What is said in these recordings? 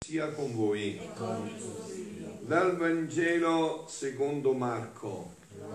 Sia con voi. Dal Vangelo secondo Marco.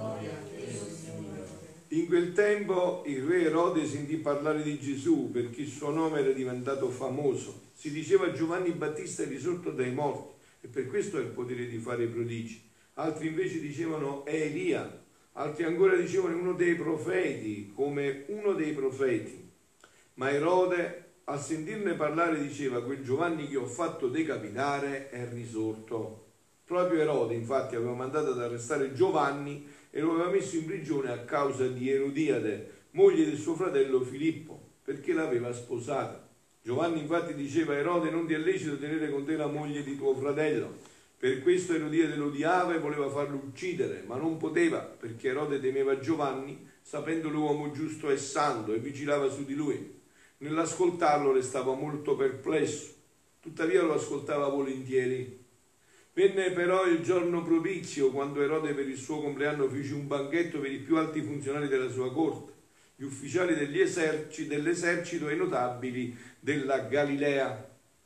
In quel tempo il re Erode sentì parlare di Gesù perché il suo nome era diventato famoso. Si diceva Giovanni Battista è risorto dai morti e per questo ha il potere di fare prodigi. Altri invece dicevano è Elia, altri ancora dicevano è uno dei profeti, come uno dei profeti. Ma Erode a sentirne parlare diceva quel Giovanni che ho fatto decapitare è risorto. Proprio Erode infatti aveva mandato ad arrestare Giovanni e lo aveva messo in prigione a causa di Erodiade, moglie del suo fratello Filippo, perché l'aveva sposata. Giovanni infatti diceva a Erode non ti è lecito tenere con te la moglie di tuo fratello. Per questo Erodiade lo odiava e voleva farlo uccidere, ma non poteva, perché Erode temeva Giovanni, sapendolo uomo giusto e santo, e vigilava su di lui. Nell'ascoltarlo restava molto perplesso, tuttavia lo ascoltava volentieri. Venne però il giorno propizio, quando Erode per il suo compleanno fece un banchetto per i più alti funzionari della sua corte, gli ufficiali dell'esercito e i notabili della Galilea.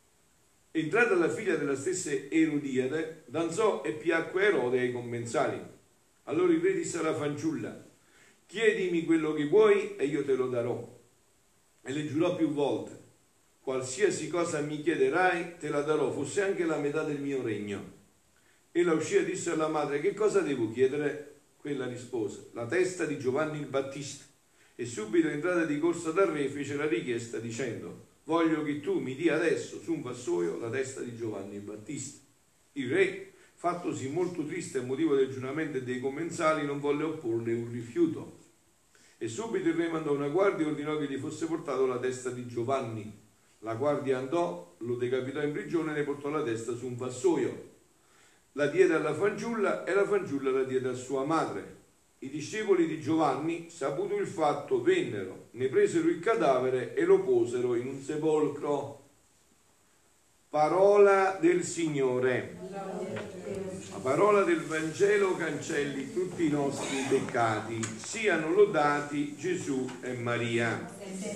Entrata la figlia della stessa Erodiade, danzò e piacque a Erode e ai commensali. Allora il re disse alla fanciulla: chiedimi quello che vuoi e io te lo darò. E le giurò più volte: qualsiasi cosa mi chiederai te la darò, fosse anche la metà del mio regno. Ella uscì e disse alla madre: che cosa devo chiedere? Quella rispose: la testa di Giovanni il Battista. E subito entrata di corsa dal re fece la richiesta dicendo: voglio che tu mi dia adesso su un vassoio la testa di Giovanni il Battista. Il re, fattosi molto triste a motivo del giuramento e dei commensali, non volle opporle un rifiuto. E subito il re mandò una guardia e ordinò che gli fosse portato la testa di Giovanni. La guardia andò, lo decapitò in prigione e ne portò la testa su un vassoio. La diede alla fanciulla e la fanciulla la diede a sua madre. I discepoli di Giovanni, saputo il fatto, vennero, ne presero il cadavere e lo posero in un sepolcro. Parola del Signore. La parola del Vangelo cancelli tutti i nostri peccati. Siano lodati Gesù e Maria.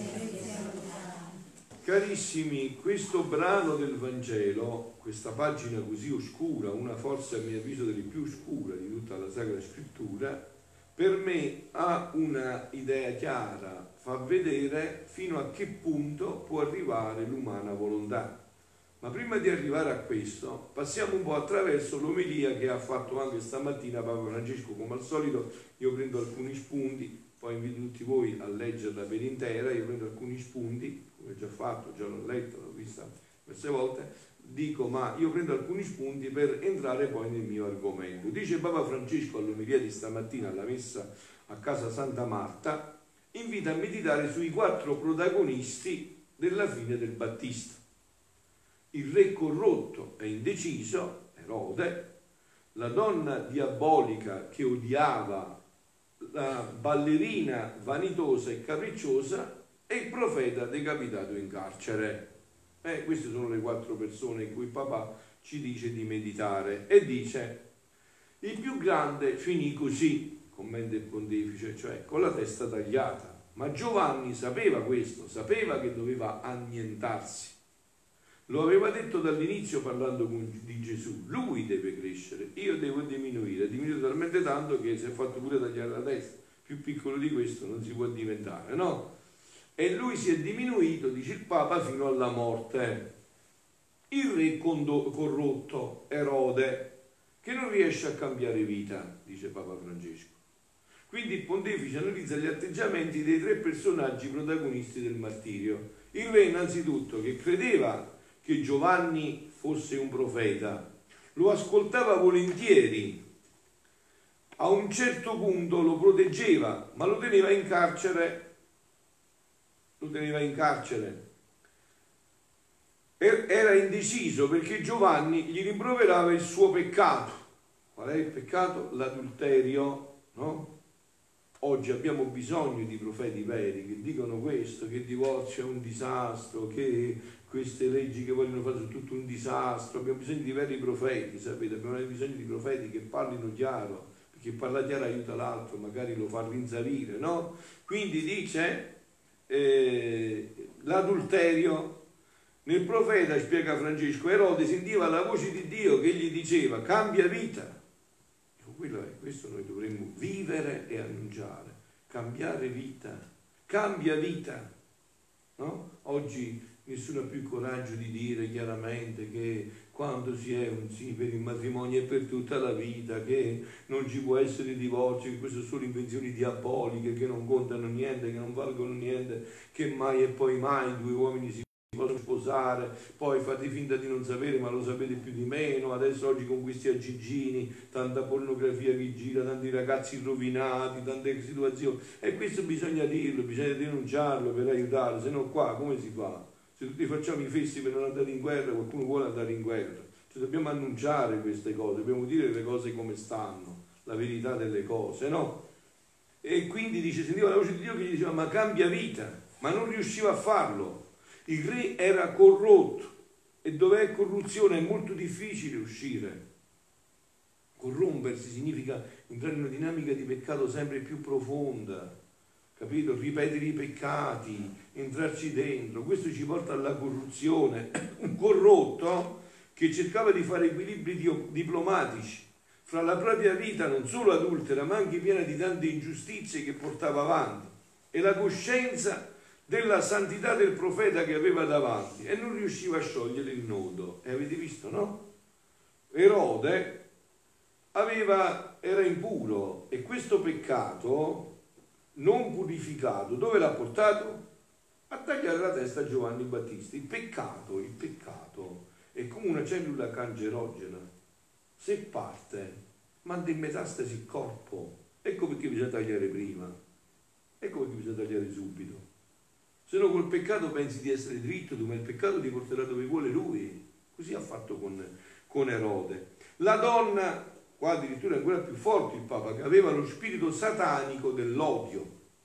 Carissimi, questo brano del Vangelo, questa pagina così oscura, una forse a mio avviso delle più oscure di tutta la Sacra Scrittura, per me ha una idea chiara, fa vedere fino a che punto può arrivare l'umana volontà. Ma prima di arrivare a questo, passiamo un po' attraverso l'omelia che ha fatto anche stamattina Papa Francesco. Come al solito io prendo alcuni spunti, poi invito tutti voi a leggerla per intera. Io prendo alcuni spunti, come già fatto, già l'ho letto, l'ho vista diverse volte, dico ma io prendo alcuni spunti per entrare poi nel mio argomento. Dice Papa Francesco all'omelia di stamattina alla messa a casa Santa Marta, invita a meditare sui 4 protagonisti della fine del Battista. Il re corrotto e indeciso, Erode, la donna diabolica che odiava, la ballerina vanitosa e capricciosa e il profeta decapitato in carcere. Queste sono le 4 persone in cui il Papa ci dice di meditare e dice: il più grande finì così, commenta il pontefice, cioè con la testa tagliata. Ma Giovanni sapeva questo, sapeva che doveva annientarsi. Lo aveva detto dall'inizio parlando di Gesù: lui deve crescere, io devo diminuire. È diminuito talmente tanto che si è fatto pure tagliare la testa. Più piccolo di questo non si può diventare, no? E lui si è diminuito, dice il Papa, fino alla morte. Il re corrotto, Erode, che non riesce a cambiare vita, dice Papa Francesco. Quindi il pontefice analizza gli atteggiamenti dei 3 personaggi protagonisti del martirio. Il re innanzitutto, che credeva che Giovanni fosse un profeta, lo ascoltava volentieri, a un certo punto lo proteggeva, ma lo teneva in carcere. Era indeciso perché Giovanni gli rimproverava il suo peccato. Qual è il peccato? L'adulterio, no? Oggi abbiamo bisogno di profeti veri che dicono questo, che il divorzio è un disastro, che queste leggi che vogliono fare sono tutto un disastro. Abbiamo bisogno di veri profeti, sapete? Abbiamo bisogno di profeti che parlino chiaro, perché parla chiaro aiuta l'altro, magari lo fa rinsavire, no? Quindi dice l'adulterio Nel profeta, spiega Francesco, Erode sentiva la voce di Dio che gli diceva cambia vita. Questo noi dovremmo vivere e annunciare, cambiare vita, cambia vita. No? Oggi nessuno ha più il coraggio di dire chiaramente che quando si è un sì per il matrimonio è per tutta la vita, che non ci può essere divorzio, che queste sono solo invenzioni diaboliche, che non contano niente, che non valgono niente, che mai e poi mai due uomini si possono sposare, poi fate finta di non sapere ma lo sapete più di meno. Adesso oggi con questi agigini, tanta pornografia che gira, tanti ragazzi rovinati, tante situazioni, e questo bisogna dirlo, bisogna denunciarlo per aiutare, se no qua come si fa? Se tutti facciamo i fessi per non andare in guerra, qualcuno vuole andare in guerra, cioè dobbiamo annunciare queste cose, dobbiamo dire le cose come stanno, la verità delle cose, no? E quindi dice, sentiva la voce di Dio che gli diceva ma cambia vita, ma non riusciva a farlo. Il re era corrotto e dove è corruzione è molto difficile uscire. Corrompersi significa entrare in una dinamica di peccato sempre più profonda, capito? Ripetere i peccati, entrarci dentro, questo ci porta alla corruzione. Un corrotto che cercava di fare equilibri diplomatici fra la propria vita non solo adultera ma anche piena di tante ingiustizie che portava avanti e la coscienza della santità del profeta che aveva davanti, e non riusciva a sciogliere il nodo. E avete visto, no? Erode era impuro e questo peccato non purificato dove l'ha portato? A tagliare la testa a Giovanni Battista. Il peccato è come una cellula cancerogena, se parte manda in metastasi il corpo. Ecco perché bisogna tagliare prima, ecco perché bisogna tagliare subito. Se no col peccato pensi di essere dritto, ma il peccato ti porterà dove vuole lui. Così ha fatto con Erode. La donna, qua addirittura è ancora più forte il Papa, che aveva lo spirito satanico dell'odio.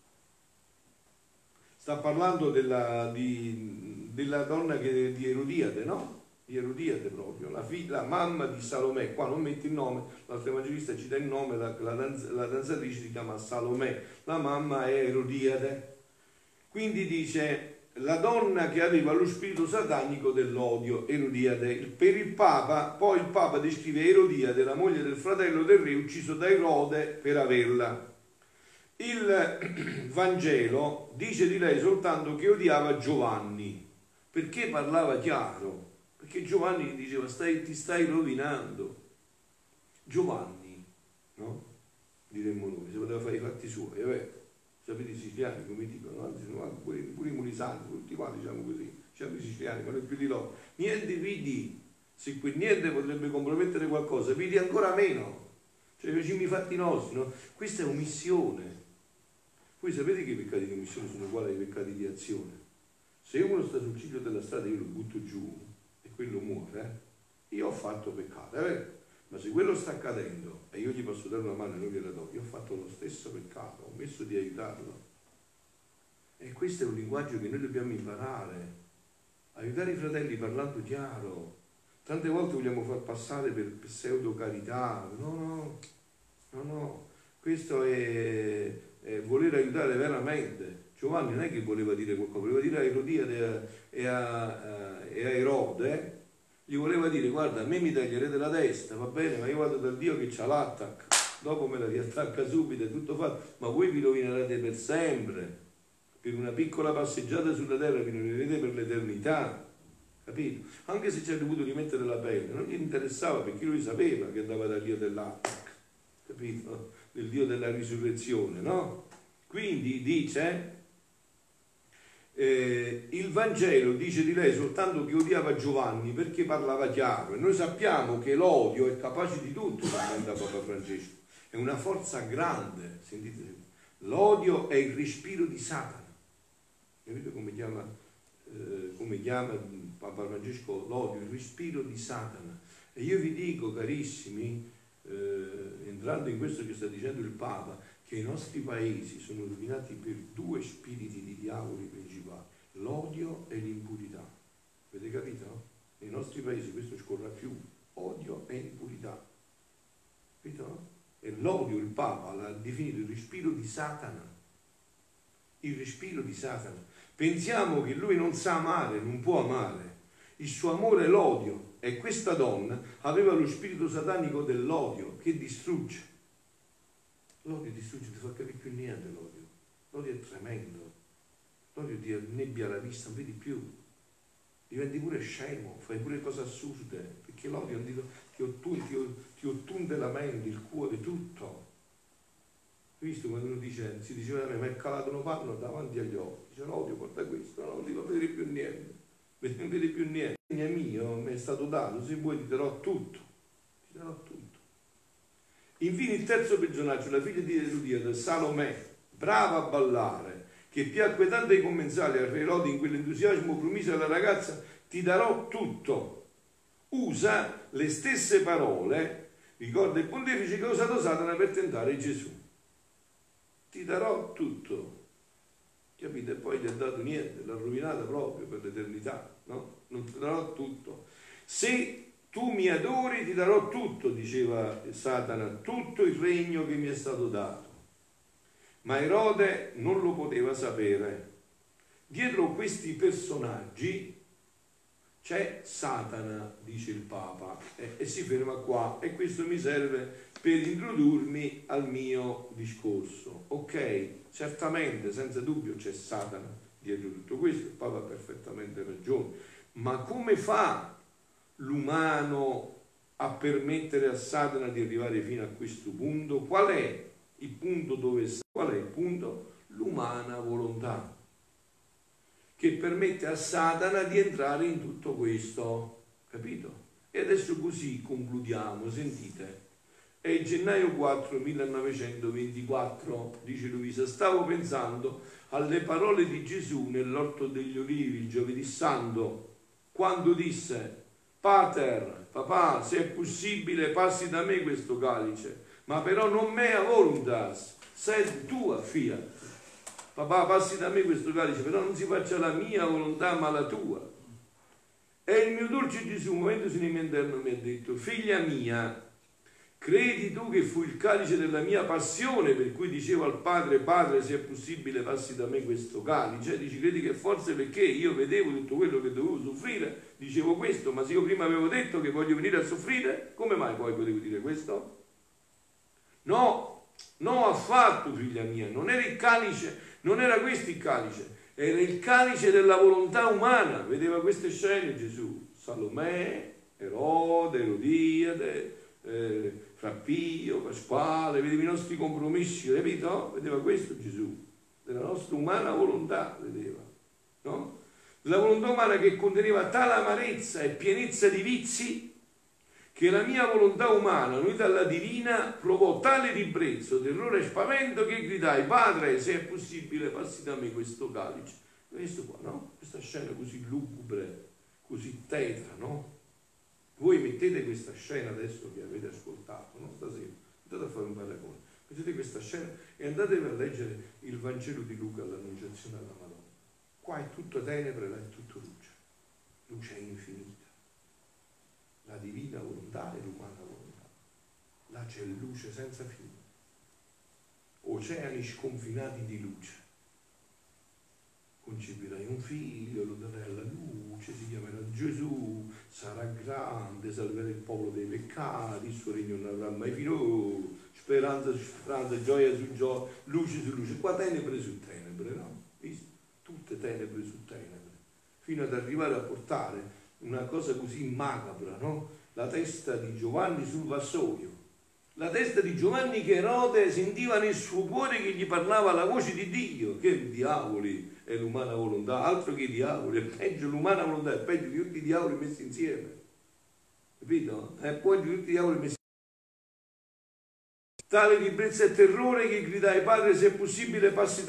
Sta parlando della donna di Erodiade, no? Di Erodiade proprio, la mamma di Salomè. Qua non mette il nome, l'altro evangelista ci dà il nome, la danzatrice si chiama Salomè, la mamma è Erodiade. Quindi dice la donna che aveva lo spirito satanico dell'odio, Erodiade. Per il Papa, poi il Papa descrive Erodiade, la moglie del fratello del re, ucciso da Erode per averla. Il Vangelo dice di lei soltanto che odiava Giovanni, perché parlava chiaro, perché Giovanni gli diceva ti stai rovinando. Giovanni, no? Diremmo noi, se poteva fare i fatti suoi, vabbè. Sapete i siciliani come dicono, anzi, pure i mulisanti, tutti quanti diciamo così, diciamo i siciliani, ma non più di loro. Niente vidi, se quel niente potrebbe compromettere qualcosa, vidi ancora meno. Cioè facciamo i fatti nostri, no? Questa è omissione. Voi sapete che i peccati di omissione sono uguali ai peccati di azione. Se uno sta sul ciglio della strada io lo butto giù e quello muore, io ho fatto peccato, è vero? Ma se quello sta accadendo e io gli posso dare una mano e non gliela do, io ho fatto lo stesso peccato, ho messo di aiutarlo. E questo è un linguaggio che noi dobbiamo imparare. Aiutare i fratelli parlando chiaro. Tante volte vogliamo far passare per pseudo carità. No. Questo è voler aiutare veramente. Giovanni non è che voleva dire qualcosa, voleva dire a Erodiade e a Erode. Gli voleva dire, guarda, a me mi taglierete la testa, va bene, ma io vado dal Dio che c'ha l'attack, dopo me la riattacca subito, è tutto fatto, ma voi vi rovinerete per sempre, per una piccola passeggiata sulla terra vi rovinerete per l'eternità, capito? Anche se ci ha dovuto rimettere la pelle, non gli interessava perché lui sapeva che andava dal Dio dell'attack, capito? Del Dio della risurrezione, no? Quindi dice... il Vangelo dice di lei soltanto che odiava Giovanni perché parlava chiaro, e noi sappiamo che l'odio è capace di tutto, commenta Papa Francesco, è una forza grande. Sentite, l'odio è il respiro di Satana. Capite come chiama Papa Francesco l'odio, il respiro di Satana. E io vi dico, carissimi, entrando in questo che sta dicendo il Papa, che i nostri paesi sono rovinati per due spiriti di diavoli principali, l'odio e l'impurità. Avete capito? Nei nostri paesi questo scorre più, odio e impurità. Capito? E l'odio il Papa l'ha definito il respiro di Satana. Il respiro di Satana. Pensiamo che lui non sa amare, non può amare. il suo amore è l'odio, e questa donna aveva lo spirito satanico dell'odio che distrugge. L'odio distrugge, ti fa capire più niente l'odio. L'odio è tremendo, l'odio ti annebbia la vista, non vedi più, diventi pure scemo, fai pure cose assurde, perché l'odio ti ottunde la mente, il cuore, tutto. Hai visto quando uno dice, si diceva a me, ma è calato un panno davanti agli occhi, dice l'odio porta questo, no, non ti fa vedere più niente, non vedi più niente. Il mio mi è stato dato, se vuoi ti darò tutto, ti darò tutto. Infine il terzo personaggio, la figlia di Erodiade, Salomè, brava a ballare, che piacque tanto ai commensali, al re Erode, in quell'entusiasmo promise alla ragazza, ti darò tutto. Usa le stesse parole, ricorda il pontefice, che ha usato Satana per tentare Gesù. Ti darò tutto. Capite? E poi gli ha dato niente, l'ha rovinata proprio per l'eternità, no? Non ti darò tutto. Se tu mi adori, ti darò tutto, diceva Satana, tutto il regno che mi è stato dato. Ma Erode non lo poteva sapere. Dietro questi personaggi c'è Satana, dice il Papa, e si ferma qua, e questo mi serve per introdurmi al mio discorso. Ok, certamente, senza dubbio c'è Satana dietro tutto questo, il Papa ha perfettamente ragione, ma come fa l'umano a permettere a Satana di arrivare fino a questo punto? Qual è il punto dove sta? Qual è il punto? L'umana volontà, che permette a Satana di entrare in tutto questo, capito? E adesso così concludiamo, sentite. È il gennaio 4 1924, dice Luisa, stavo pensando alle parole di Gesù nell'Orto degli Olivi il giovedì santo, quando disse, Pater, papà, se è possibile passi da me questo calice, ma però non mea voluntas, sed tua fiat. Papà, passi da me questo calice, però non si faccia la mia volontà ma la tua. E il mio dolce Gesù, muovendosi nel mio interno, mi ha detto, figlia mia, credi tu che fu il calice della mia passione per cui dicevo al Padre, Padre, se è possibile passi da me questo calice? Dici, credi che forse perché io vedevo tutto quello che dovevo soffrire, dicevo questo, ma se io prima avevo detto che voglio venire a soffrire, come mai poi potevo dire questo? No, no affatto, figlia mia, non era il calice, non era questo il calice, era il calice della volontà umana. Vedeva queste scene Gesù, Salomè, Erode, Erodiade, Fra Pio, Pasquale, vedeva i nostri compromessi, capito? Vedeva questo Gesù, della nostra umana volontà, vedeva, no? La volontà umana che conteneva tale amarezza e pienezza di vizi che la mia volontà umana, unita alla divina, provò tale ribrezzo, terrore e spavento che gridai, Padre, se è possibile, passi da me questo calice. Questo qua, no? Questa scena così lugubre, così tetra, no? Voi mettete questa scena adesso che avete ascoltato, no? Stasera, andate a fare un paragone, mettete questa scena e andatevi a leggere il Vangelo di Luca all'Annunciazione alla Madonna. Qua è tutto tenebre, là è tutto luce, luce infinita. La divina volontà e l'umana volontà. Là c'è luce senza fine, oceani sconfinati di luce. Concepirai un figlio, lo darai alla luce, si chiamerà Gesù, sarà grande, salverà il popolo dei peccati, il suo regno non avrà mai fine. Oh, speranza su speranza, gioia su gioia, luce su luce. Qua tenebre su tenebre, no? Visto? Tutte tenebre su tenebre, fino ad arrivare a portare una cosa così macabra, no? La testa di Giovanni sul vassoio, la testa di Giovanni che Erode sentiva nel suo cuore che gli parlava la voce di Dio. Che diavoli è l'umana volontà, altro che diavoli, è peggio l'umana volontà, è peggio di tutti i diavoli messi insieme, capito? È peggio di tutti i diavoli messi insieme. Tale ribrezza e terrore che gridai, Padre, se è possibile passi da